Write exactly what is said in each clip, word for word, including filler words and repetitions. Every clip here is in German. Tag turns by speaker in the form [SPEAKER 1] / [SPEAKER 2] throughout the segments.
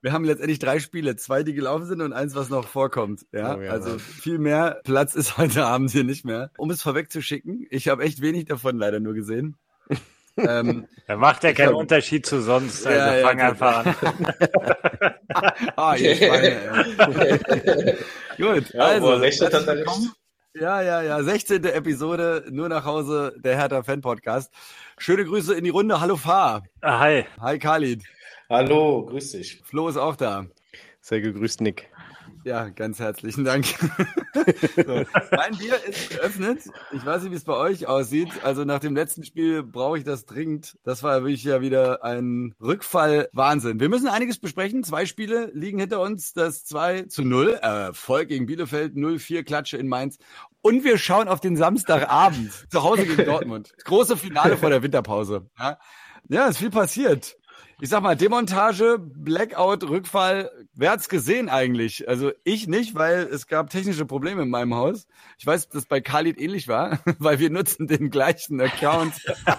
[SPEAKER 1] Wir haben letztendlich drei Spiele, zwei, die gelaufen sind und eins, was noch vorkommt. Ja,
[SPEAKER 2] oh, ja
[SPEAKER 1] also
[SPEAKER 2] Mann.
[SPEAKER 1] viel mehr Platz ist heute Abend hier nicht mehr. Um es vorwegzuschicken, ich habe echt wenig davon leider nur gesehen.
[SPEAKER 3] ähm, da macht ja keinen
[SPEAKER 1] hab,
[SPEAKER 3] Unterschied zu sonst. Also
[SPEAKER 1] ja,
[SPEAKER 3] fang
[SPEAKER 1] ja,
[SPEAKER 3] einfach an.
[SPEAKER 1] ah, ihr Schweine. Gut,
[SPEAKER 4] ja,
[SPEAKER 1] also.
[SPEAKER 4] Recht hat er recht.
[SPEAKER 1] Ja, ja, ja. sechzehnte Episode, nur nach Hause, der Hertha-Fan-Podcast. Schöne Grüße in die Runde. Hallo, Fahr.
[SPEAKER 3] Ah, hi.
[SPEAKER 1] Hi, Khalid.
[SPEAKER 4] Hallo, grüß dich.
[SPEAKER 1] Flo ist auch da.
[SPEAKER 2] Sehr gegrüßt, Nick.
[SPEAKER 1] Ja, ganz herzlichen Dank. So, mein Bier ist geöffnet. Ich weiß nicht, wie es bei euch aussieht. Also nach dem letzten Spiel brauche ich das dringend. Das war wirklich ja wieder ein Rückfall. Wahnsinn. Wir müssen einiges besprechen. Zwei Spiele liegen hinter uns. Das zwei zu null. Erfolg gegen Bielefeld. null vier Klatsche in Mainz. Und wir schauen auf den Samstagabend. Zu Hause gegen Dortmund. Das große Finale vor der Winterpause. Ja, ja, ist viel passiert. Ich sag mal, Demontage, Blackout, Rückfall, wer hat's gesehen eigentlich? Also ich nicht, weil es gab technische Probleme in meinem Haus. Ich weiß, dass bei Khalid ähnlich war, weil wir nutzen den gleichen Account.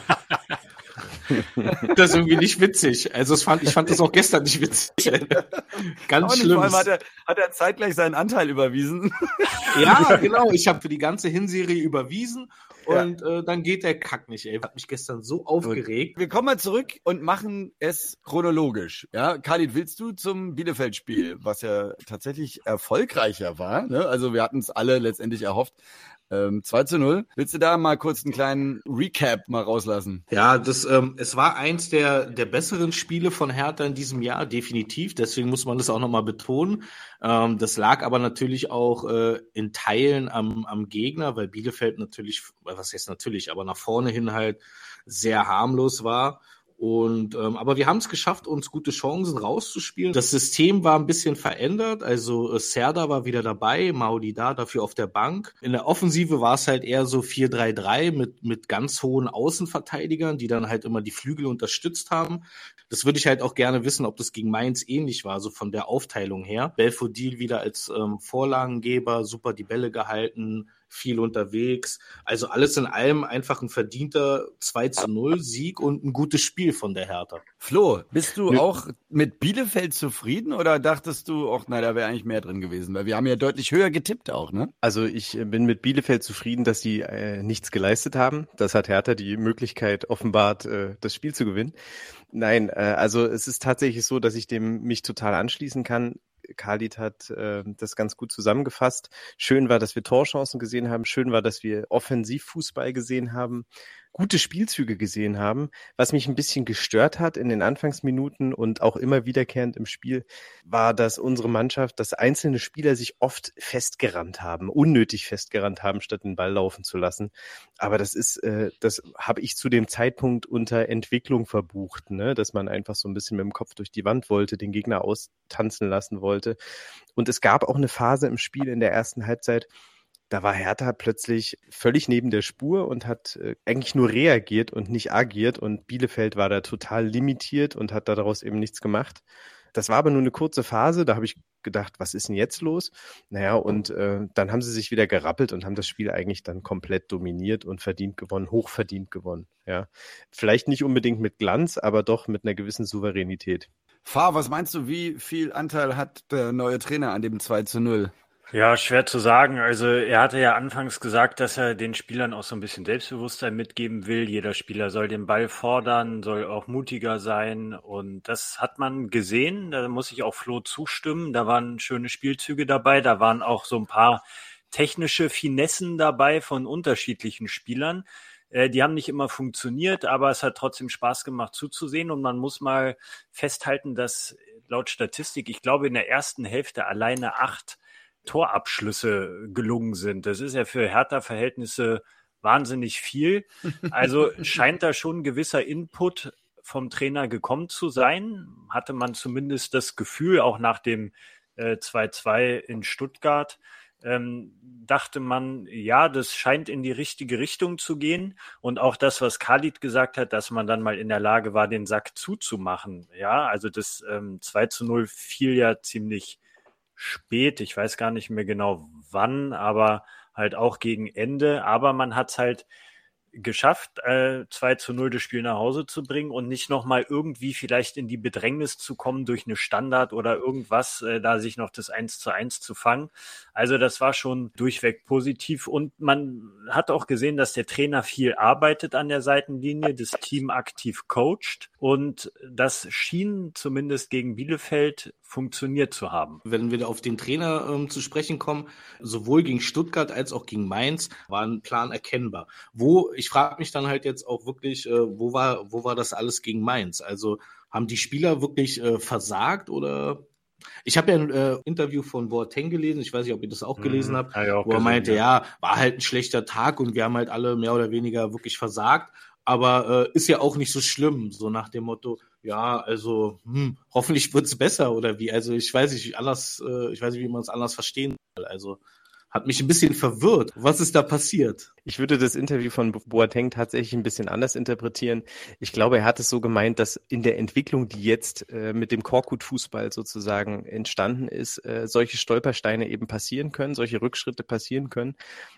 [SPEAKER 5] Das ist irgendwie nicht witzig. Also es fand, ich fand das auch gestern nicht witzig. Ganz schlimm.
[SPEAKER 1] Vor allem hat er, hat er zeitgleich seinen Anteil überwiesen.
[SPEAKER 5] Ja, genau. Ich habe für die ganze Hinserie überwiesen. Und ja. äh, dann geht der Kack nicht, ey. Hat mich gestern so aufgeregt.
[SPEAKER 1] Wir kommen mal zurück und machen es chronologisch. Ja, Khalid, willst du zum Bielefeld-Spiel, was ja tatsächlich erfolgreicher war? Ne? Also wir hatten es alle letztendlich erhofft. Ähm, zwei zu null. Willst du da mal kurz einen kleinen Recap mal rauslassen?
[SPEAKER 5] Ja, das, ähm, es war eins der, der besseren Spiele von Hertha in diesem Jahr, definitiv. Deswegen muss man das auch nochmal betonen. Ähm, das lag aber natürlich auch äh, in Teilen am, am Gegner, weil Bielefeld natürlich, was heißt natürlich, aber nach vorne hin halt sehr harmlos war. Und ähm, aber wir haben es geschafft, uns gute Chancen rauszuspielen. Das System war ein bisschen verändert, also äh, Serdar war wieder dabei, Maudi da, dafür auf der Bank. In der Offensive war es halt eher so vier drei drei mit mit ganz hohen Außenverteidigern, die dann halt immer die Flügel unterstützt haben. Das würde ich halt auch gerne wissen, ob das gegen Mainz ähnlich war, so von der Aufteilung her. Belfodil wieder als ähm, Vorlagengeber, super die Bälle gehalten, viel unterwegs. Also alles in allem einfach ein verdienter zwei zu null Sieg und ein gutes Spiel von der Hertha.
[SPEAKER 1] Flo, bist du Nö. auch mit Bielefeld zufrieden oder dachtest du, ach na, da wäre eigentlich mehr drin gewesen? Weil wir haben ja deutlich höher getippt auch, ne?
[SPEAKER 2] Also ich bin mit Bielefeld zufrieden, dass sie äh, nichts geleistet haben. Das hat Hertha die Möglichkeit offenbart, äh, das Spiel zu gewinnen. Nein, äh, also es ist tatsächlich so, dass ich dem mich total anschließen kann. Khalid hat äh, das ganz gut zusammengefasst. Schön war, dass wir Torchancen gesehen haben. Schön war, dass wir Offensivfußball gesehen haben. Gute Spielzüge gesehen haben. Was mich ein bisschen gestört hat in den Anfangsminuten und auch immer wiederkehrend im Spiel, war, dass unsere Mannschaft, dass einzelne Spieler sich oft festgerannt haben, unnötig festgerannt haben, statt den Ball laufen zu lassen. Aber das ist, äh, das habe ich zu dem Zeitpunkt unter Entwicklung verbucht, ne? Dass man einfach so ein bisschen mit dem Kopf durch die Wand wollte, den Gegner austanzen lassen wollte. Und es gab auch eine Phase im Spiel in der ersten Halbzeit, da war Hertha plötzlich völlig neben der Spur und hat äh, eigentlich nur reagiert und nicht agiert. Und Bielefeld war da total limitiert und hat daraus eben nichts gemacht. Das war aber nur eine kurze Phase. Da habe ich gedacht, was ist denn jetzt los? Naja, und äh, dann haben sie sich wieder gerappelt und haben das Spiel eigentlich dann komplett dominiert und verdient gewonnen, hochverdient gewonnen. Ja, vielleicht nicht unbedingt mit Glanz, aber doch mit einer gewissen Souveränität.
[SPEAKER 1] Fahr, was meinst du, wie viel Anteil hat der neue Trainer an dem zwei zu null?
[SPEAKER 3] Ja, schwer zu sagen. Also er hatte ja anfangs gesagt, dass er den Spielern auch so ein bisschen Selbstbewusstsein mitgeben will. Jeder Spieler soll den Ball fordern, soll auch mutiger sein. Und das hat man gesehen. Da muss ich auch Flo zustimmen. Da waren schöne Spielzüge dabei. Da waren auch so ein paar technische Finessen dabei von unterschiedlichen Spielern. Äh, die haben nicht immer funktioniert, aber es hat trotzdem Spaß gemacht zuzusehen. Und man muss mal festhalten, dass laut Statistik, ich glaube, in der ersten Hälfte alleine acht Torabschlüsse gelungen sind. Das ist ja für Hertha-Verhältnisse wahnsinnig viel. Also scheint da schon ein gewisser Input vom Trainer gekommen zu sein. Hatte man zumindest das Gefühl, auch nach dem äh, zwei zwei in Stuttgart, ähm, dachte man, ja, das scheint in die richtige Richtung zu gehen. Und auch das, was Khalid gesagt hat, dass man dann mal in der Lage war, den Sack zuzumachen. Ja, also das ähm, zwei zu null fiel ja ziemlich spät, ich weiß gar nicht mehr genau wann, aber halt auch gegen Ende. Aber man hat es halt geschafft, äh, zwei zu null das Spiel nach Hause zu bringen und nicht nochmal irgendwie vielleicht in die Bedrängnis zu kommen durch eine Standard oder irgendwas, äh, da sich noch das eins zu eins zu fangen. Also das war schon durchweg positiv und man hat auch gesehen, dass der Trainer viel arbeitet an der Seitenlinie, das Team aktiv coacht und das schien zumindest gegen Bielefeld funktioniert zu haben.
[SPEAKER 5] Wenn wir auf den Trainer ähm, zu sprechen kommen, sowohl gegen Stuttgart als auch gegen Mainz war ein Plan erkennbar. Wo, ich frage mich dann halt jetzt auch wirklich, äh, wo war, wo war das alles gegen Mainz? Also haben die Spieler wirklich äh, versagt oder? Ich habe ja ein äh, Interview von Boateng gelesen, ich weiß nicht, ob ihr das auch gelesen habt,
[SPEAKER 3] ja, auch
[SPEAKER 5] wo er
[SPEAKER 3] gesehen,
[SPEAKER 5] meinte,
[SPEAKER 3] ja.
[SPEAKER 5] ja, war halt ein schlechter Tag und wir haben halt alle mehr oder weniger wirklich versagt. Aber äh, ist ja auch nicht so schlimm, so nach dem Motto, ja, also hm, hoffentlich wird's besser oder wie. Also ich weiß nicht, wie anders, äh, ich weiß nicht, wie man es anders verstehen soll. Also hat mich ein bisschen verwirrt. Was ist da passiert?
[SPEAKER 2] Ich würde das Interview von Boateng tatsächlich ein bisschen anders interpretieren. Ich glaube, er hat es so gemeint, dass in der Entwicklung, die jetzt äh, mit dem Korkut-Fußball sozusagen entstanden ist, äh, solche Stolpersteine eben passieren können, solche Rückschritte passieren können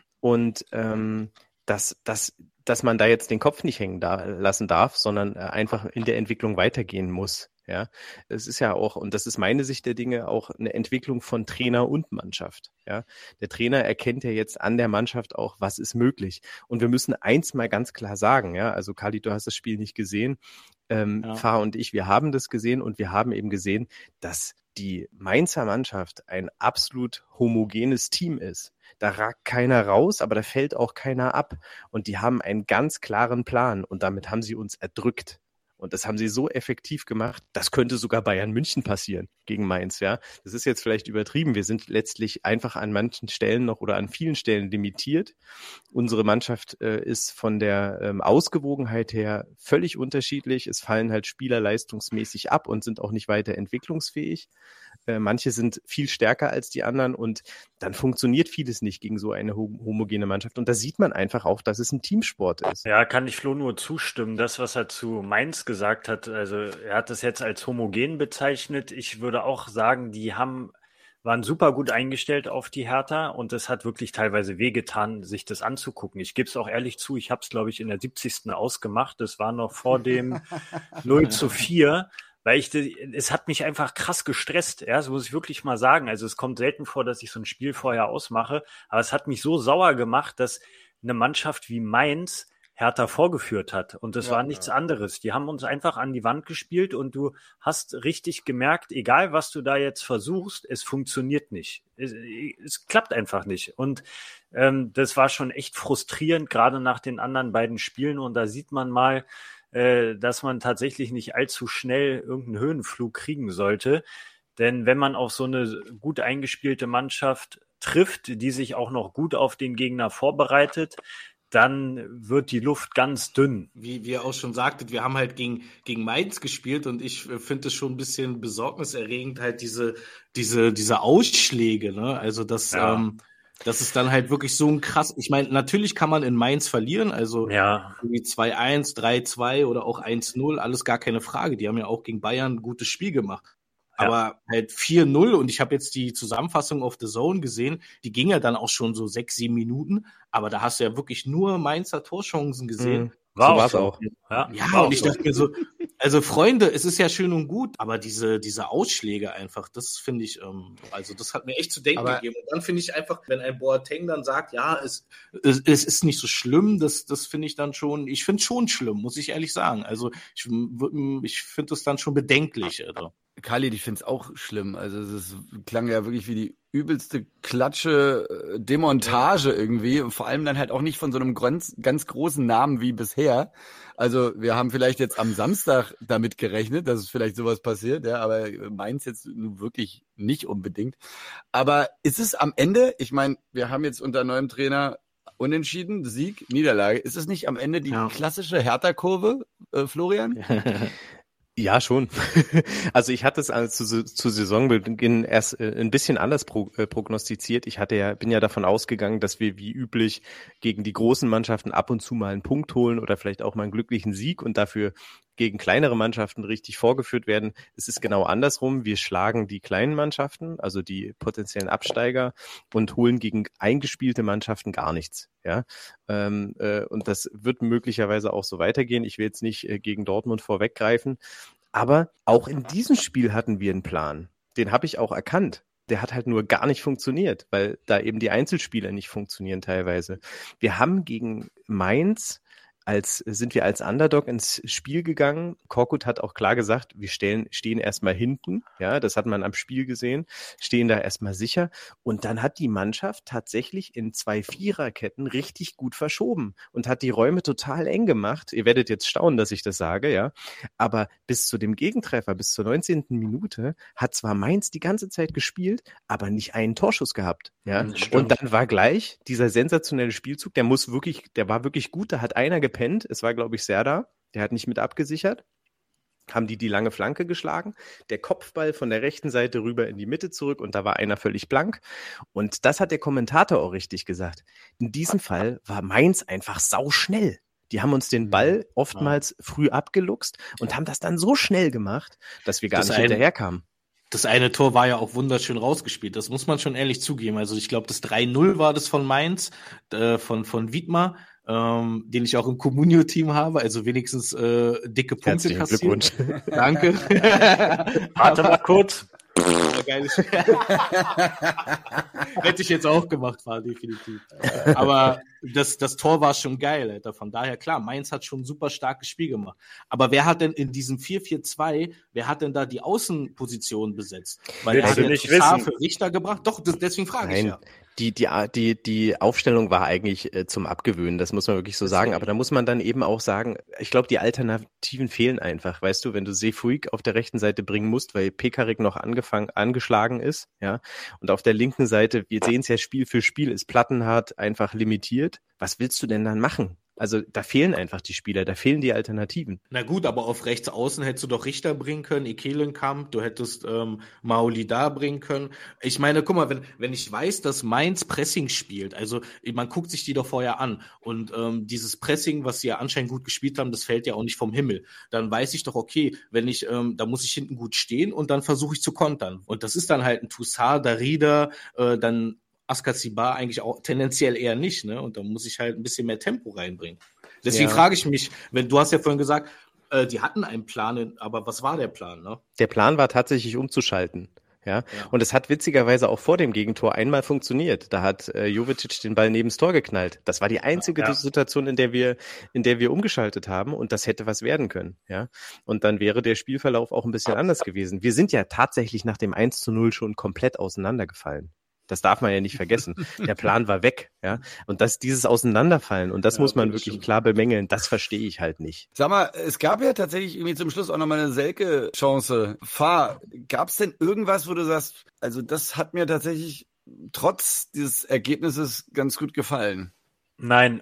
[SPEAKER 2] und ähm, dass, dass, dass man da jetzt den Kopf nicht hängen da, lassen darf, sondern äh, einfach in der Entwicklung weitergehen muss. Ja, es ist ja auch, und das ist meine Sicht der Dinge, auch eine Entwicklung von Trainer und Mannschaft. Ja, der Trainer erkennt ja jetzt an der Mannschaft auch, was ist möglich. Und wir müssen eins mal ganz klar sagen, ja, also Khalid, du hast das Spiel nicht gesehen, ähm, ja. Fahr und ich, wir haben das gesehen und wir haben eben gesehen, dass die Mainzer Mannschaft ein absolut homogenes Team ist. Da ragt keiner raus, aber da fällt auch keiner ab. Und die haben einen ganz klaren Plan und damit haben sie uns erdrückt. Und das haben sie so effektiv gemacht, das könnte sogar Bayern München passieren gegen Mainz, ja. Das ist jetzt vielleicht übertrieben. Wir sind letztlich einfach an manchen Stellen noch oder an vielen Stellen limitiert. Unsere Mannschaft äh, ist von der ähm, Ausgewogenheit her völlig unterschiedlich. Es fallen halt Spieler leistungsmäßig ab und sind auch nicht weiter entwicklungsfähig. Äh, manche sind viel stärker als die anderen und dann funktioniert vieles nicht gegen so eine hom- homogene Mannschaft. Und da sieht man einfach auch, dass es ein Teamsport ist.
[SPEAKER 3] Ja, kann ich Flo nur zustimmen. Das, was er zu Mainz gesagt hat, also er hat das jetzt als homogen bezeichnet. Ich würde auch sagen, die haben, waren super gut eingestellt auf die Hertha und es hat wirklich teilweise wehgetan, sich das anzugucken. Ich gebe es auch ehrlich zu, ich habe es, glaube ich, in der siebzigsten ausgemacht. Das war noch vor dem null zu vier. Weil ich, es hat mich einfach krass gestresst, ja, das muss ich wirklich mal sagen. Also es kommt selten vor, dass ich so ein Spiel vorher ausmache, aber es hat mich so sauer gemacht, dass eine Mannschaft wie Mainz Hertha vorgeführt hat. Und das ja, war nichts ja. anderes. Die haben uns einfach an die Wand gespielt und du hast richtig gemerkt, egal was du da jetzt versuchst, es funktioniert nicht. Es, es klappt einfach nicht. Und ähm, das war schon echt frustrierend, gerade nach den anderen beiden Spielen. Und da sieht man mal, dass man tatsächlich nicht allzu schnell irgendeinen Höhenflug kriegen sollte. Denn wenn man auf so eine gut eingespielte Mannschaft trifft, die sich auch noch gut auf den Gegner vorbereitet, dann wird die Luft ganz dünn.
[SPEAKER 5] Wie, wie ihr auch schon sagtet, wir haben halt gegen, gegen Mainz gespielt und ich finde es schon ein bisschen besorgniserregend, halt diese, diese, diese Ausschläge, ne? Also das, ja. ähm, Das ist dann halt wirklich so ein krass, ich meine, natürlich kann man in Mainz verlieren, also
[SPEAKER 3] ja.
[SPEAKER 5] irgendwie zwei eins, drei zwei oder auch eins null, alles gar keine Frage. Die haben ja auch gegen Bayern ein gutes Spiel gemacht. Ja. Aber halt vier null und ich habe jetzt die Zusammenfassung auf The Zone gesehen, die ging ja dann auch schon so sechs, sieben Minuten, aber da hast du ja wirklich nur Mainzer Torchancen gesehen.
[SPEAKER 2] Mhm. War so war es auch.
[SPEAKER 5] Ja, ja war und ich so. dachte mir so, also Freunde, es ist ja schön und gut, aber diese diese Ausschläge einfach, das finde ich, ähm, also das hat mir echt zu denken aber gegeben. Und dann finde ich einfach, wenn ein Boateng dann sagt, ja, es, es, es ist nicht so schlimm, das das finde ich dann schon, ich finde es schon schlimm, muss ich ehrlich sagen. Also ich, ich finde es dann schon bedenklich. Also.
[SPEAKER 1] Khalid, ich finde es auch schlimm. Also es ist, klang ja wirklich wie die übelste Klatsche, Demontage irgendwie. Und vor allem dann halt auch nicht von so einem ganz, ganz großen Namen wie bisher. Also wir haben vielleicht jetzt am Samstag damit gerechnet, dass es vielleicht sowas passiert, ja, aber Mainz jetzt nun wirklich nicht unbedingt. Aber ist es am Ende, ich meine, wir haben jetzt unter neuem Trainer Unentschieden, Sieg, Niederlage. Ist es nicht am Ende die ja. klassische Hertha-Kurve, äh, Florian?
[SPEAKER 2] Ja, schon. Also ich hatte es also zu, zu Saisonbeginn erst äh, ein bisschen anders pro, äh, prognostiziert. Ich hatte ja, bin ja davon ausgegangen, dass wir wie üblich gegen die großen Mannschaften ab und zu mal einen Punkt holen oder vielleicht auch mal einen glücklichen Sieg und dafür gegen kleinere Mannschaften richtig vorgeführt werden. Es ist genau andersrum. Wir schlagen die kleinen Mannschaften, also die potenziellen Absteiger, und holen gegen eingespielte Mannschaften gar nichts. Ja, ähm, äh, und das wird möglicherweise auch so weitergehen. Ich will jetzt nicht äh, gegen Dortmund vorweggreifen, aber auch in diesem Spiel hatten wir einen Plan. Den habe ich auch erkannt. Der hat halt nur gar nicht funktioniert, weil da eben die Einzelspieler nicht funktionieren teilweise. Wir haben gegen Mainz als sind wir als Underdog ins Spiel gegangen. Korkut hat auch klar gesagt, wir stellen, stehen erstmal hinten. Ja, das hat man am Spiel gesehen. Stehen da erstmal sicher. Und dann hat die Mannschaft tatsächlich in zwei Viererketten richtig gut verschoben und hat die Räume total eng gemacht. Ihr werdet jetzt staunen, dass ich das sage, ja. Aber bis zu dem Gegentreffer, bis zur neunzehnten Minute, hat zwar Mainz die ganze Zeit gespielt, aber nicht einen Torschuss gehabt. Ja. Und dann war gleich dieser sensationelle Spielzug, der muss wirklich, der war wirklich gut. Da hat einer gepennt. Es war, glaube ich, Serdar. Der hat nicht mit abgesichert. Haben die die lange Flanke geschlagen. Der Kopfball von der rechten Seite rüber in die Mitte zurück und da war einer völlig blank. Und das hat der Kommentator auch richtig gesagt. In diesem Fall war Mainz einfach sauschnell. Die haben uns den Ball oftmals früh abgeluchst und haben das dann so schnell gemacht, dass wir gar
[SPEAKER 5] Das
[SPEAKER 2] nicht
[SPEAKER 5] ein-
[SPEAKER 2] hinterherkamen.
[SPEAKER 5] Das eine Tor war ja auch wunderschön rausgespielt. Das muss man schon ehrlich zugeben. Also ich glaube, das drei null war das von Mainz, äh, von, von Wiedmer, ähm, den ich auch im Comunio-Team habe. Also wenigstens äh, dicke Punkte
[SPEAKER 2] Herzlichen
[SPEAKER 5] kassiert.
[SPEAKER 2] Glückwunsch.
[SPEAKER 5] Danke.
[SPEAKER 3] Warte mal kurz.
[SPEAKER 5] Geiles Hätte ich jetzt auch gemacht, war definitiv. Aber das, das Tor war schon geil, Alter. Von daher, klar, Mainz hat schon ein super starkes Spiel gemacht. Aber wer hat denn in diesem vier vier zwei, wer hat denn da die Außenposition besetzt? Weil
[SPEAKER 3] Willst
[SPEAKER 5] er hat
[SPEAKER 3] du
[SPEAKER 5] ja
[SPEAKER 3] nicht
[SPEAKER 5] Toussaint
[SPEAKER 3] wissen?
[SPEAKER 5] für Richter gebracht. Doch, das, deswegen frage ich
[SPEAKER 2] Nein,
[SPEAKER 5] ja.
[SPEAKER 2] die, die, die, die Aufstellung war eigentlich äh, zum Abgewöhnen, das muss man wirklich so sagen.
[SPEAKER 5] Deswegen.
[SPEAKER 2] Aber da muss man dann eben auch sagen, ich glaube, die Alternativen fehlen einfach. Weißt du, wenn du Sefuig auf der rechten Seite bringen musst, weil Pekarik noch angefangen, angeschlagen ist, ja, und auf der linken Seite, wir sehen es ja Spiel für Spiel, ist Plattenhardt einfach limitiert. Was willst du denn dann machen? Also da fehlen einfach die Spieler, da fehlen die Alternativen.
[SPEAKER 5] Na gut, aber auf rechts außen hättest du doch Richter bringen können, Ekelenkamp, du hättest ähm, Maolida bringen können. Ich meine, guck mal, wenn, wenn ich weiß, dass Mainz Pressing spielt, also man guckt sich die doch vorher an und ähm, dieses Pressing, was sie ja anscheinend gut gespielt haben, das fällt ja auch nicht vom Himmel. Dann weiß ich doch, okay, wenn ich, ähm, da muss ich hinten gut stehen und dann versuche ich zu kontern. Und das ist dann halt ein Toussaint, Darida, äh, dann Askasibar eigentlich auch tendenziell eher nicht, ne? Und da muss ich halt ein bisschen mehr Tempo reinbringen. Deswegen
[SPEAKER 2] Ja.
[SPEAKER 5] frage ich mich, wenn du hast ja vorhin gesagt, äh, die hatten einen Plan, aber was war der Plan, ne?
[SPEAKER 2] Der Plan war tatsächlich umzuschalten. Ja,
[SPEAKER 5] Ja.
[SPEAKER 2] und es hat witzigerweise auch vor dem Gegentor einmal funktioniert. Da hat äh, Jovicic den Ball neben's Tor geknallt. Das war die einzige
[SPEAKER 3] Ja.
[SPEAKER 2] Situation, in der wir, in der wir umgeschaltet haben, und das hätte was werden können. Ja, und dann wäre der Spielverlauf auch ein bisschen anders gewesen. Wir sind ja tatsächlich nach dem eins zu null schon komplett auseinandergefallen. Das darf man ja nicht vergessen. Der Plan war weg, ja. Und das, dieses Auseinanderfallen, und das
[SPEAKER 5] Ja,
[SPEAKER 2] muss man
[SPEAKER 5] das
[SPEAKER 2] wirklich
[SPEAKER 5] stimmt.
[SPEAKER 2] klar bemängeln, das verstehe ich halt nicht.
[SPEAKER 1] Sag mal, es gab ja tatsächlich irgendwie zum Schluss auch nochmal eine Selke-Chance. Fahr, gab es denn irgendwas, wo du sagst, also das hat mir tatsächlich trotz dieses Ergebnisses ganz gut gefallen?
[SPEAKER 3] Nein.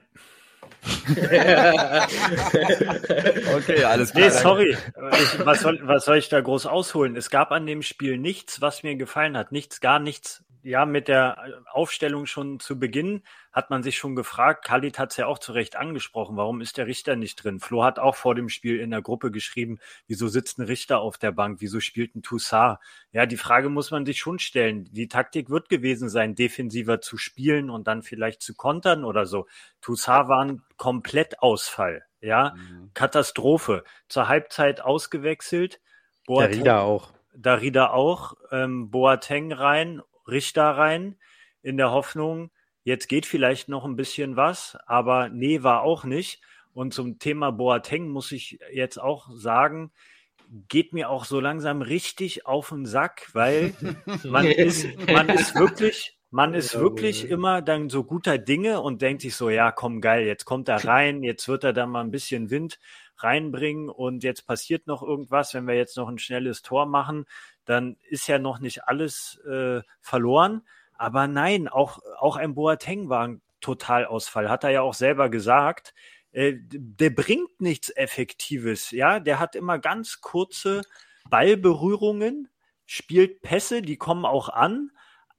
[SPEAKER 1] Okay, alles klar.
[SPEAKER 3] Nee, sorry. Ich, was, soll, was soll ich da groß ausholen? Es gab an dem Spiel nichts, was mir gefallen hat. Nichts, gar nichts. Ja, mit der Aufstellung schon zu Beginn hat man sich schon gefragt, Khalid hat es ja auch zu Recht angesprochen, warum ist der Richter nicht drin? Flo hat auch vor dem Spiel in der Gruppe geschrieben, wieso sitzt ein Richter auf der Bank, wieso spielt ein Toussaint? Ja, die Frage muss man sich schon stellen. Die Taktik wird gewesen sein, defensiver zu spielen und dann vielleicht zu kontern oder so. Toussaint war ein Komplettausfall, ja,
[SPEAKER 1] Mhm.
[SPEAKER 3] Katastrophe. Zur Halbzeit ausgewechselt.
[SPEAKER 2] Der
[SPEAKER 3] Boateng-
[SPEAKER 2] Rieder auch.
[SPEAKER 3] Darida auch, ähm, Boateng rein, Richter rein, in der Hoffnung, jetzt geht vielleicht noch ein bisschen was, aber nee, war auch nicht. Und zum Thema Boateng muss ich jetzt auch sagen, geht mir auch so langsam richtig auf den Sack, weil man ist, man ist wirklich, man ist wirklich immer dann so guter Dinge und denkt sich so, ja, komm, geil, jetzt kommt er rein, jetzt wird er da mal ein bisschen Wind reinbringen und jetzt passiert noch irgendwas, wenn wir jetzt noch ein schnelles Tor machen, dann ist ja noch nicht alles äh, verloren. Aber nein, auch, auch ein Boateng war ein Totalausfall, hat er ja auch selber gesagt. Äh, der bringt nichts Effektives, ja, der hat immer ganz kurze Ballberührungen, spielt Pässe, die kommen auch an,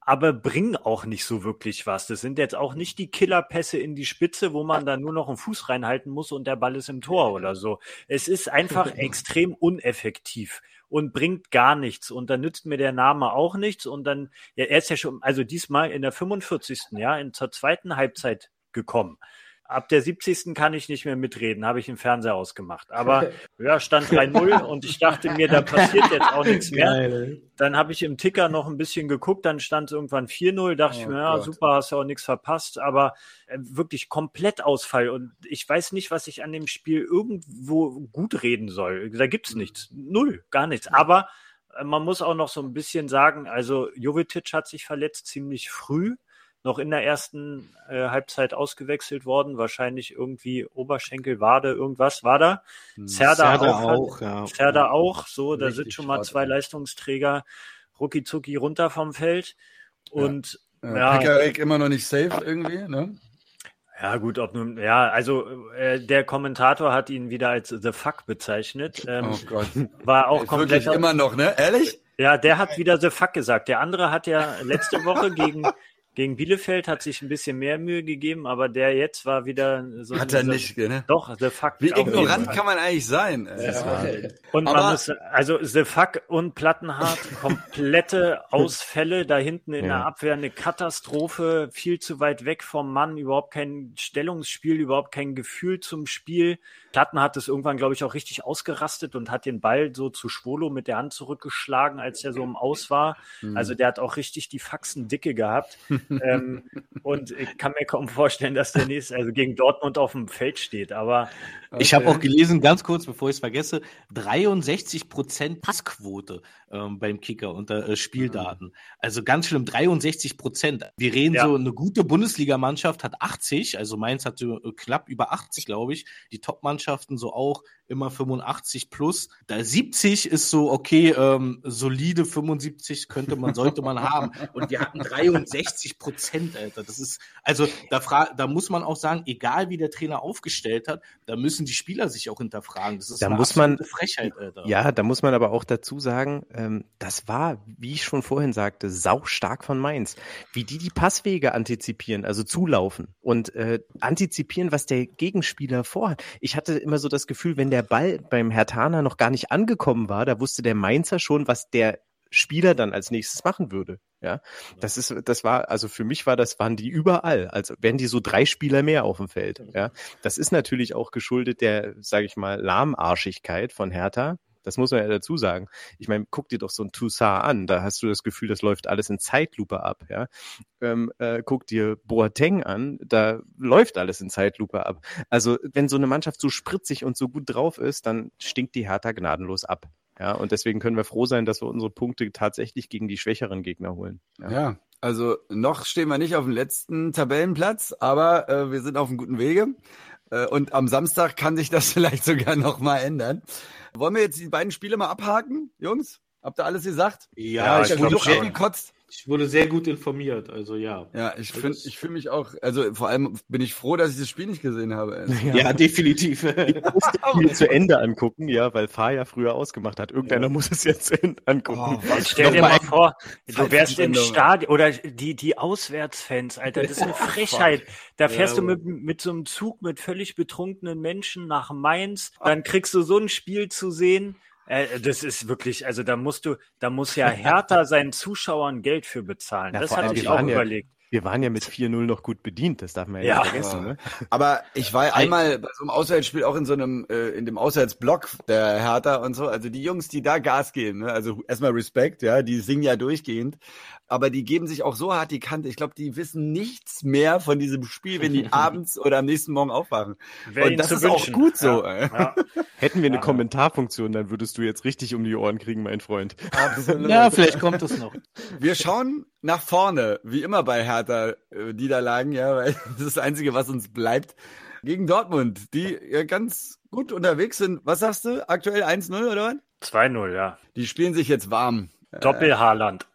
[SPEAKER 3] aber bringen auch nicht so wirklich was. Das sind jetzt auch nicht die Killerpässe in die Spitze, wo man dann nur noch einen Fuß reinhalten muss und der Ball ist im Tor oder so. Es ist einfach extrem uneffektiv und bringt gar nichts. Und dann nützt mir der Name auch nichts. Und dann, ja, er ist ja schon, also diesmal in der fünfundvierzigsten Ja, in zur zweiten Halbzeit gekommen. Ab der siebzigsten kann ich nicht mehr mitreden, habe ich den Fernseher ausgemacht. Aber ja, stand drei null und ich dachte mir, da passiert jetzt auch nichts mehr. Geil. Dann habe ich im Ticker noch ein bisschen geguckt, dann stand es irgendwann vier null, dachte oh ich mir, ja, Gott. Super, hast ja auch nichts verpasst, aber äh, wirklich komplett Ausfall. Und ich weiß nicht, was ich an dem Spiel irgendwo gut reden soll. Da gibt's nichts. Null, gar nichts. Aber äh, man muss auch noch so ein bisschen sagen, also Jovetic hat sich verletzt ziemlich früh. Noch in der ersten äh, Halbzeit ausgewechselt worden, wahrscheinlich irgendwie Oberschenkel, Wade, irgendwas war da. Serda auch, auch, ja. Serda auch, so, da sind schon mal zwei ja. Leistungsträger rucki zucki runter vom Feld. Und
[SPEAKER 1] ja, ja Pekarik immer noch nicht safe irgendwie, ne?
[SPEAKER 3] Ja, gut, ob nun, ja, also äh, der Kommentator hat ihn wieder als The Fuck bezeichnet. Ähm,
[SPEAKER 1] oh Gott.
[SPEAKER 3] War auch komplett.
[SPEAKER 1] Wirklich immer noch, ne? Ehrlich?
[SPEAKER 3] Ja, der hat wieder The Fuck gesagt. Der andere hat ja letzte Woche gegen Gegen Bielefeld hat sich ein bisschen mehr Mühe gegeben, aber der jetzt war wieder so.
[SPEAKER 1] Hat er nicht, ne?
[SPEAKER 3] Doch, The Fuck.
[SPEAKER 1] Wie ignorant kann man eigentlich sein?
[SPEAKER 3] Ja. Und aber man muss, also The Fuck und Plattenhardt, komplette Ausfälle, da hinten in ja. der Abwehr eine Katastrophe, viel zu weit weg vom Mann, überhaupt kein Stellungsspiel, überhaupt kein Gefühl zum Spiel. Plattenhardt ist irgendwann, glaube ich, auch richtig ausgerastet und hat den Ball so zu Schwolo mit der Hand zurückgeschlagen, als er so im Aus war. Mhm. Also der hat auch richtig die Faxen dicke gehabt. ähm, und ich kann mir kaum vorstellen, dass der nächste, also gegen Dortmund auf dem Feld steht, aber
[SPEAKER 5] okay. Ich habe auch gelesen, ganz kurz, bevor ich es vergesse, dreiundsechzig Prozent Passquote ähm, beim Kicker unter äh, Spieldaten. Mhm. Also ganz schlimm, dreiundsechzig Prozent. Wir reden ja. so, eine gute Bundesligamannschaft hat achtzig, also Mainz hat so äh, knapp über achtzig, glaube ich. Die Top-Mannschaften so auch immer fünfundachtzig plus. Da siebzig ist so, okay, ähm, solide fünfundsiebzig könnte man, sollte man haben. Und wir hatten dreiundsechzig Prozent, Alter. Das ist, also da, fra- da muss man auch sagen, egal wie der Trainer aufgestellt hat, da müssen die Spieler sich auch hinterfragen. Das ist
[SPEAKER 2] da
[SPEAKER 5] eine
[SPEAKER 2] muss man,
[SPEAKER 5] Frechheit, Alter.
[SPEAKER 2] Ja, da muss man aber auch dazu sagen, ähm, das war, wie ich schon vorhin sagte, saustark von Mainz. Wie die die Passwege antizipieren, also zulaufen und äh, antizipieren, was der Gegenspieler vorhat. Ich hatte immer so das Gefühl, wenn der Ball beim Herthaner noch gar nicht angekommen war, da wusste der Mainzer schon, was der Spieler dann als nächstes machen würde. Ja, das ist, das war, also für mich war das, waren die überall, als wären die so drei Spieler mehr auf dem Feld. Ja, das ist natürlich auch geschuldet der, sage ich mal, Lahmarschigkeit von Hertha. Das muss man ja dazu sagen. Ich meine, guck dir doch so ein Toussaint an, da hast du das Gefühl, das läuft alles in Zeitlupe ab. Ja, ähm, äh, guck dir Boateng an, da läuft alles in Zeitlupe ab. Also wenn so eine Mannschaft so spritzig und so gut drauf ist, dann stinkt die Hertha gnadenlos ab. Ja, und deswegen können wir froh sein, dass wir unsere Punkte tatsächlich gegen die schwächeren Gegner holen.
[SPEAKER 1] Ja, ja, also noch stehen wir nicht auf dem letzten Tabellenplatz, aber äh, wir sind auf einem guten Wege. Äh, und am Samstag kann sich das vielleicht sogar noch mal ändern. Wollen wir jetzt die beiden Spiele mal abhaken, Jungs? Habt ihr alles gesagt?
[SPEAKER 5] Ja,
[SPEAKER 1] ja ich, ich wurde doch gekotzt.
[SPEAKER 5] Ich wurde sehr gut informiert, also ja.
[SPEAKER 1] Ja, ich finde, ich fühle mich auch, also vor allem bin ich froh, dass ich das Spiel nicht gesehen habe. Also.
[SPEAKER 5] Ja, ja, definitiv.
[SPEAKER 2] Ich muss das Spiel zu Ende angucken, ja, weil Fahr ja früher ausgemacht hat. Irgendeiner ja. muss es jetzt zu Ende angucken.
[SPEAKER 3] Oh, stell dir mal vor, du wärst im Stadion, oder die, die Auswärtsfans, Alter, das ist eine Frechheit. Da fährst ja, du mit, mit so einem Zug mit völlig betrunkenen Menschen nach Mainz, dann kriegst du so ein Spiel zu sehen. Äh, das ist wirklich, also da musst du, da muss ja Hertha seinen Zuschauern Geld für bezahlen. Ja, das hatte ich auch ja, überlegt.
[SPEAKER 2] Wir waren ja mit vier null noch gut bedient, das darf man ja, ja nicht vergessen.
[SPEAKER 1] Ja.
[SPEAKER 2] Ne?
[SPEAKER 1] Aber ich war einmal bei so einem Auswärtsspiel auch in so einem, äh, in dem Auswärtsblock der Hertha und so, also die Jungs, die da Gas geben, ne? Also erstmal Respekt, ja, die singen ja durchgehend, aber die geben sich auch so hart die Kante, ich glaube, die wissen nichts mehr von diesem Spiel, wenn die abends oder am nächsten Morgen aufwachen.
[SPEAKER 3] Wär und das ist wünschen.
[SPEAKER 1] Auch gut so.
[SPEAKER 3] Ja. Ja.
[SPEAKER 2] Hätten wir eine ja. Kommentarfunktion, dann würdest du jetzt richtig um die Ohren kriegen, mein Freund.
[SPEAKER 5] Absolut. Ja, vielleicht kommt es noch.
[SPEAKER 1] Wir schauen nach vorne, wie immer bei Hertha äh, Niederlagen, ja, weil das ist das Einzige, was uns bleibt. Gegen Dortmund, die ja ganz gut unterwegs sind. Was sagst du? Aktuell eins null oder was?
[SPEAKER 3] zwei null, ja.
[SPEAKER 1] Die spielen sich jetzt warm.
[SPEAKER 3] Doppel-Haaland.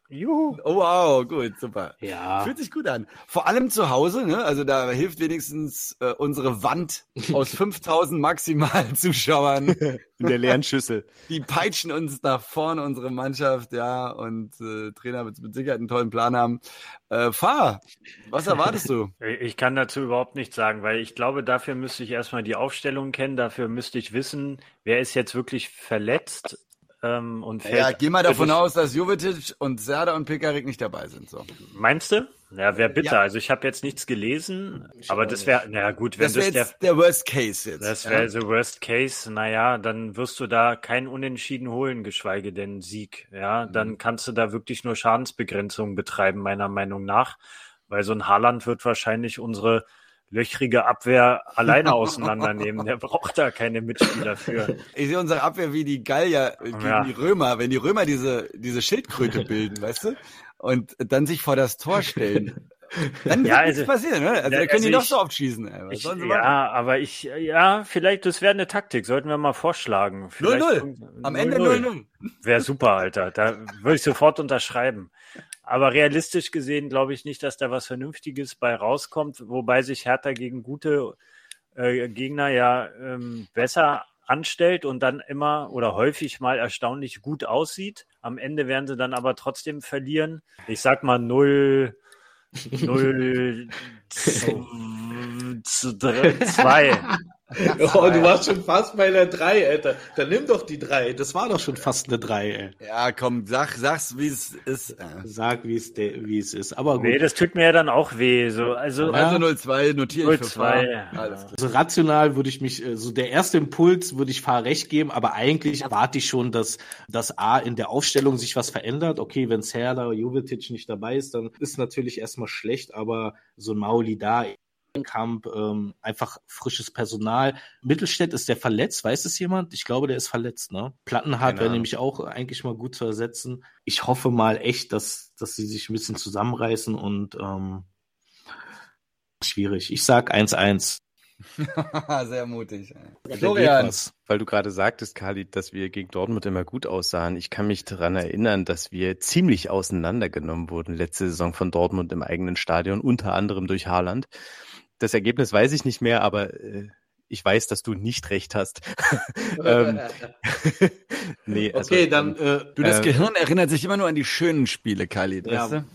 [SPEAKER 3] Juhu.
[SPEAKER 1] Oh, wow, gut, super.
[SPEAKER 5] Ja.
[SPEAKER 1] Fühlt sich gut an. Vor allem zu Hause, ne? Also da hilft wenigstens äh, unsere Wand aus fünftausend maximalen Zuschauern.
[SPEAKER 2] In der leeren Schüssel.
[SPEAKER 1] Die peitschen uns nach vorne, unsere Mannschaft, ja, und äh, Trainer wird mit Sicherheit einen tollen Plan haben. Äh, Fahr, was erwartest du?
[SPEAKER 3] Ich kann dazu überhaupt nichts sagen, weil ich glaube, dafür müsste ich erstmal die Aufstellung kennen, dafür müsste ich wissen, wer ist jetzt wirklich verletzt. Ähm, und fällt,
[SPEAKER 1] Ja, geh mal davon aus, dass Jovetic und Serdar und Pekarik nicht dabei sind. So.
[SPEAKER 3] Meinst du? Ja, wäre bitter.
[SPEAKER 1] Ja.
[SPEAKER 3] Also ich habe jetzt nichts gelesen, aber das wäre, naja gut, wenn
[SPEAKER 1] Das
[SPEAKER 3] das,
[SPEAKER 1] wäre
[SPEAKER 3] der,
[SPEAKER 1] jetzt der Worst Case jetzt.
[SPEAKER 3] das
[SPEAKER 1] ja?
[SPEAKER 3] wäre the worst case, naja, dann wirst du da kein Unentschieden holen, geschweige denn Sieg. Ja, dann kannst du da wirklich nur Schadensbegrenzung betreiben, meiner Meinung nach, weil so ein Haaland wird wahrscheinlich unsere löchrige Abwehr alleine auseinandernehmen. Der braucht da keine Mitspieler für.
[SPEAKER 1] Ich sehe unsere Abwehr wie die Gallier gegen
[SPEAKER 3] Ja.
[SPEAKER 1] die Römer, wenn die Römer diese, diese Schildkröte bilden, weißt du? Und dann sich vor das Tor stellen. Dann wird
[SPEAKER 3] Ja,
[SPEAKER 1] nichts
[SPEAKER 3] also-
[SPEAKER 1] passieren, ne? Also
[SPEAKER 3] Ja,
[SPEAKER 1] da können die
[SPEAKER 3] also
[SPEAKER 1] noch
[SPEAKER 3] ich-
[SPEAKER 1] so oft schießen. Ey. Was
[SPEAKER 3] Ich,
[SPEAKER 1] sollen sie machen?
[SPEAKER 3] ja, aber ich, ja, vielleicht, das wäre eine Taktik. Sollten wir mal vorschlagen.
[SPEAKER 1] null
[SPEAKER 3] Vielleicht
[SPEAKER 1] null.
[SPEAKER 3] irgend-
[SPEAKER 1] Am Ende null null.
[SPEAKER 3] Wäre super, Alter. Da würde ich sofort unterschreiben. Aber realistisch gesehen glaube ich nicht, dass da was Vernünftiges bei rauskommt, wobei sich Hertha gegen gute äh, Gegner ja ähm, besser anstellt und dann immer oder häufig mal erstaunlich gut aussieht. Am Ende werden sie dann aber trotzdem verlieren. Ich sag mal null, null, zwei.
[SPEAKER 5] Oh, du warst schon fast bei der drei, Alter. Dann nimm doch die drei. Das war doch schon fast eine drei, ey.
[SPEAKER 1] Ja, komm, sag, sag's, wie es ist. Äh.
[SPEAKER 5] Sag, wie es, de- wie es ist. Aber gut.
[SPEAKER 3] Nee, das tut mir ja dann auch weh. So, also,
[SPEAKER 5] Ja.
[SPEAKER 1] Also null zwei notiere ich für
[SPEAKER 3] null zwei,
[SPEAKER 1] Fahr. Alles klar.
[SPEAKER 5] Also rational würde ich mich, äh, so der erste Impuls würde ich Fahr recht geben, aber eigentlich erwarte ich schon, dass das A in der Aufstellung sich was verändert. Okay, wenn Serdar, Jovetic nicht dabei ist, dann ist natürlich erstmal schlecht, aber so ein Mauli da, Kamp, ähm, einfach frisches Personal. Mittelstädt, ist der verletzt? Weiß es jemand? Ich glaube, der ist verletzt, ne? Plattenhardt
[SPEAKER 1] Keine
[SPEAKER 5] wäre
[SPEAKER 1] Ahnung.
[SPEAKER 5] nämlich auch eigentlich mal gut zu ersetzen. Ich hoffe mal echt, dass, dass sie sich ein bisschen zusammenreißen und ähm, schwierig. Ich sag eins eins.
[SPEAKER 1] Sehr mutig. Ey.
[SPEAKER 5] Da geht
[SPEAKER 1] Florian,
[SPEAKER 5] was.
[SPEAKER 2] Weil du gerade sagtest, Khalid, dass wir gegen Dortmund immer gut aussahen. Ich kann mich daran erinnern, dass wir ziemlich auseinandergenommen wurden letzte Saison von Dortmund im eigenen Stadion, unter anderem durch Haaland. Das Ergebnis weiß ich nicht mehr, aber äh, ich weiß, dass du nicht recht hast. ähm, nee, also,
[SPEAKER 5] Okay, dann äh,
[SPEAKER 1] du, das
[SPEAKER 2] Äh,
[SPEAKER 1] Gehirn erinnert sich immer nur an die schönen Spiele, Khalid,
[SPEAKER 5] Ja.
[SPEAKER 1] weißt du?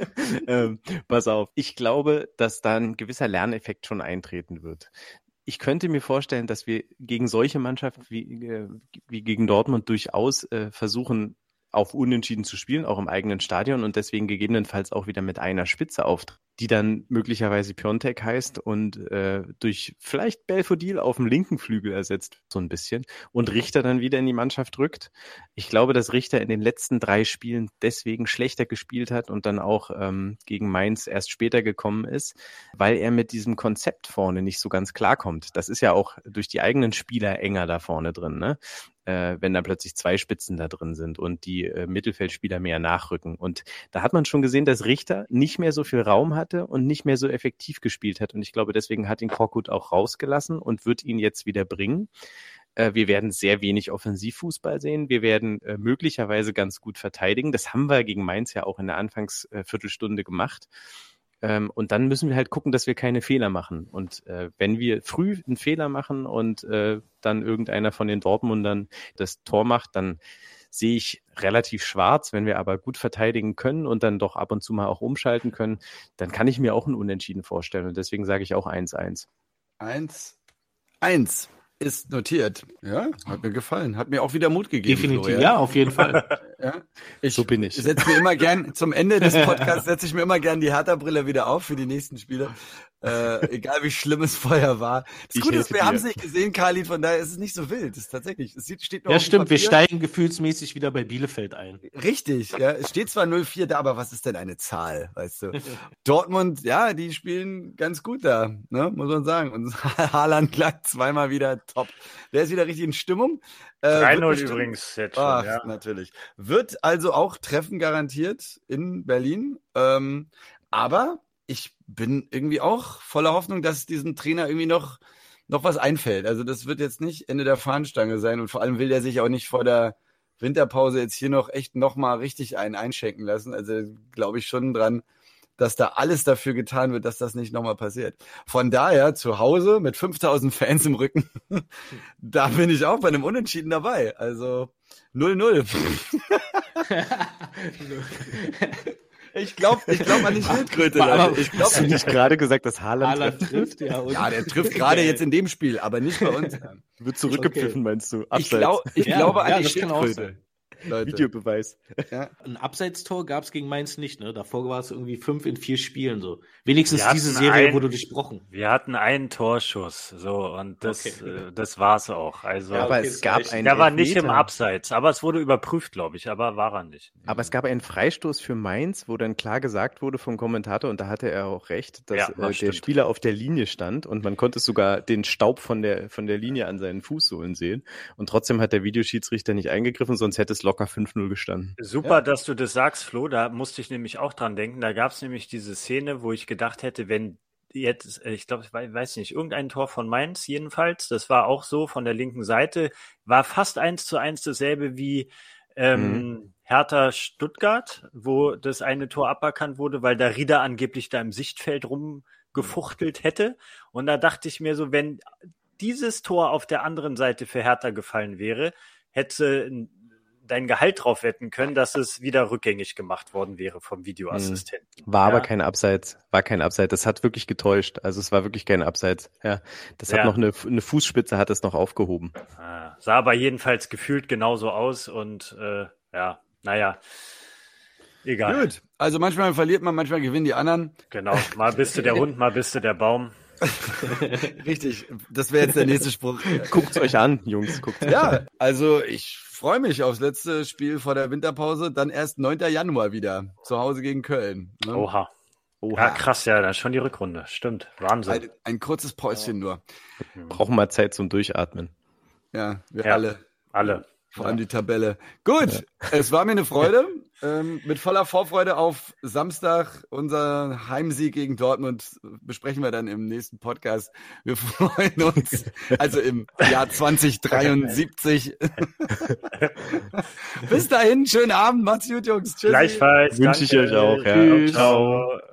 [SPEAKER 2] ähm, pass auf. Ich glaube, dass da ein gewisser Lerneffekt schon eintreten wird. Ich könnte mir vorstellen, dass wir gegen solche Mannschaften wie, äh, wie gegen Dortmund durchaus äh, versuchen, auf Unentschieden zu spielen, auch im eigenen Stadion und deswegen gegebenenfalls auch wieder mit einer Spitze auftreten, die dann möglicherweise Piontek heißt und äh, durch vielleicht Belfodil auf dem linken Flügel ersetzt so ein bisschen und Richter dann wieder in die Mannschaft rückt. Ich glaube, dass Richter in den letzten drei Spielen deswegen schlechter gespielt hat und dann auch ähm, gegen Mainz erst später gekommen ist, weil er mit diesem Konzept vorne nicht so ganz klarkommt. Das ist ja auch durch die eigenen Spieler enger da vorne drin, ne? Äh, wenn da plötzlich zwei Spitzen da drin sind und die äh, Mittelfeldspieler mehr nachrücken. Und da hat man schon gesehen, dass Richter nicht mehr so viel Raum hatte und nicht mehr so effektiv gespielt hat. Und ich glaube, deswegen hat ihn Korkut auch rausgelassen und wird ihn jetzt wieder bringen. Äh, wir werden sehr wenig Offensivfußball sehen. Wir werden äh, möglicherweise ganz gut verteidigen. Das haben wir gegen Mainz ja auch in der Anfangsviertelstunde gemacht. Ähm, und dann müssen wir halt gucken, dass wir keine Fehler machen. Und äh, wenn wir früh einen Fehler machen und äh, dann irgendeiner von den Dortmundern das Tor macht, dann sehe ich relativ schwarz. Wenn wir aber gut verteidigen können und dann doch ab und zu mal auch umschalten können, dann kann ich mir auch ein Unentschieden vorstellen. Und deswegen sage ich auch eins eins.
[SPEAKER 1] Eins. Eins ist notiert. Ja, hat mir gefallen. Hat mir auch wieder Mut gegeben.
[SPEAKER 5] definitiv,
[SPEAKER 1] Florian.
[SPEAKER 5] ja, auf jeden Fall.
[SPEAKER 1] Ja. Ich
[SPEAKER 2] So bin ich.
[SPEAKER 1] setze mir immer gern, zum Ende des Podcasts setze ich mir immer gern die Hertha-Brille wieder auf für die nächsten Spiele. Äh, egal wie schlimm es vorher war. Das
[SPEAKER 2] Ich
[SPEAKER 1] Gute ist,
[SPEAKER 2] helfe
[SPEAKER 1] wir
[SPEAKER 2] dir.
[SPEAKER 1] haben es nicht gesehen, Khalid, von daher ist es nicht so wild. Es ist tatsächlich, es sieht, steht noch
[SPEAKER 5] Ja,
[SPEAKER 1] auf dem
[SPEAKER 5] stimmt, wir
[SPEAKER 1] Papier.
[SPEAKER 5] steigen gefühlsmäßig wieder bei Bielefeld ein.
[SPEAKER 1] Richtig, ja. Es steht zwar null vier da, aber was ist denn eine Zahl, weißt du? Dortmund, ja, die spielen ganz gut da, ne, muss man sagen. Und Haaland lag zweimal wieder top. Der ist wieder richtig in Stimmung. Äh,
[SPEAKER 3] drei
[SPEAKER 1] wird
[SPEAKER 3] null
[SPEAKER 1] bestimmt-
[SPEAKER 3] übrigens jetzt schon,
[SPEAKER 1] Ach,
[SPEAKER 3] ja.
[SPEAKER 1] natürlich. Wird also auch Treffen garantiert in Berlin. Ähm, aber ich bin irgendwie auch voller Hoffnung, dass diesem Trainer irgendwie noch, noch was einfällt. Also das wird jetzt nicht Ende der Fahnenstange sein und vor allem will der sich auch nicht vor der Winterpause jetzt hier noch echt nochmal richtig einen einschenken lassen. Also glaube ich schon dran, dass da alles dafür getan wird, dass das nicht nochmal passiert. Von daher zu Hause mit fünftausend Fans im Rücken, da bin ich auch bei einem Unentschieden dabei. Also null null. Ich glaube ich glaub an die Schildkröte, Leute. Ich glaub,
[SPEAKER 2] Hast du nicht gerade gesagt, dass Haaland,
[SPEAKER 5] Haaland trifft? Ja,
[SPEAKER 1] ja, der trifft gerade jetzt in dem Spiel, aber nicht bei uns.
[SPEAKER 2] Wird zurückgepfiffen, okay. Meinst du?
[SPEAKER 1] Abseits. Ich, glaub, ich ja, glaube an
[SPEAKER 5] ja,
[SPEAKER 1] die Schildkröte.
[SPEAKER 2] Leute. Videobeweis.
[SPEAKER 5] Ja. Ein Abseitstor gab es gegen Mainz nicht, ne? Davor war es irgendwie fünf in vier Spielen so. Wenigstens diese Serie ein, wurde durchbrochen.
[SPEAKER 3] Wir hatten einen Torschuss, so, und das, okay. äh, das war's auch. Also,
[SPEAKER 2] ja, aber okay, es gab einen
[SPEAKER 3] Der war nicht im Abseits, aber es wurde überprüft, glaube ich, aber war er nicht.
[SPEAKER 2] Aber es gab einen Freistoß für Mainz, wo dann klar gesagt wurde vom Kommentator, und da hatte er auch recht, dass ja, äh, der Spieler auf der Linie stand und man konnte sogar den Staub von der, von der Linie an seinen Fußsohlen sehen. Und trotzdem hat der Videoschiedsrichter nicht eingegriffen, sonst hätte es locker fünf null gestanden.
[SPEAKER 3] Super, ja. Dass du das sagst, Flo, da musste ich nämlich auch dran denken. Da gab es nämlich diese Szene, wo ich gedacht hätte, wenn jetzt, ich glaube, ich weiß nicht, irgendein Tor von Mainz jedenfalls, das war auch so von der linken Seite, war fast eins zu eins dasselbe wie ähm, mhm. Hertha Stuttgart, wo das eine Tor aberkannt wurde, weil der Rieder angeblich da im Sichtfeld rumgefuchtelt hätte. Und da dachte ich mir so, wenn dieses Tor auf der anderen Seite für Hertha gefallen wäre, hätte dein Gehalt drauf wetten können, dass es wieder rückgängig gemacht worden wäre vom Videoassistenten.
[SPEAKER 2] War
[SPEAKER 3] ja.
[SPEAKER 2] aber kein Abseits, war kein Abseits. Das hat wirklich getäuscht. Also es war wirklich kein Abseits. Ja, das
[SPEAKER 3] ja.
[SPEAKER 2] hat noch eine, eine Fußspitze hat es noch aufgehoben.
[SPEAKER 3] Ah, sah aber jedenfalls gefühlt genauso aus und äh, ja, naja, egal.
[SPEAKER 1] Gut, also manchmal verliert man, manchmal gewinnen die anderen.
[SPEAKER 3] Genau, mal bist du der Hund, mal bist du der Baum.
[SPEAKER 1] Richtig, das wäre jetzt der nächste Spruch.
[SPEAKER 2] Guckt's euch an, Jungs. Guckt's
[SPEAKER 1] ja,
[SPEAKER 2] an.
[SPEAKER 1] also ich freue mich aufs letzte Spiel vor der Winterpause, dann erst neunter Januar wieder, zu Hause gegen Köln.
[SPEAKER 3] Ne? Oha. Oha. Ja, krass, ja, das ist schon die Rückrunde. Stimmt, Wahnsinn.
[SPEAKER 1] Ein, ein kurzes Päuschen nur.
[SPEAKER 2] Brauchen mal Zeit zum Durchatmen.
[SPEAKER 1] Ja, wir
[SPEAKER 3] ja,
[SPEAKER 1] alle.
[SPEAKER 3] Alle.
[SPEAKER 1] Vor allem die Tabelle. Gut, ja. Es war mir eine Freude. Ähm, mit voller Vorfreude auf Samstag, unser Heimsieg gegen Dortmund, besprechen wir dann im nächsten Podcast. Wir freuen uns, also im Jahr zwanzig dreiundsiebzig. Bis dahin, schönen Abend, macht's gut, Jungs.
[SPEAKER 3] Tschüssi. Gleichfalls.
[SPEAKER 2] Wünsche ich euch auch. Ja.
[SPEAKER 3] Ciao.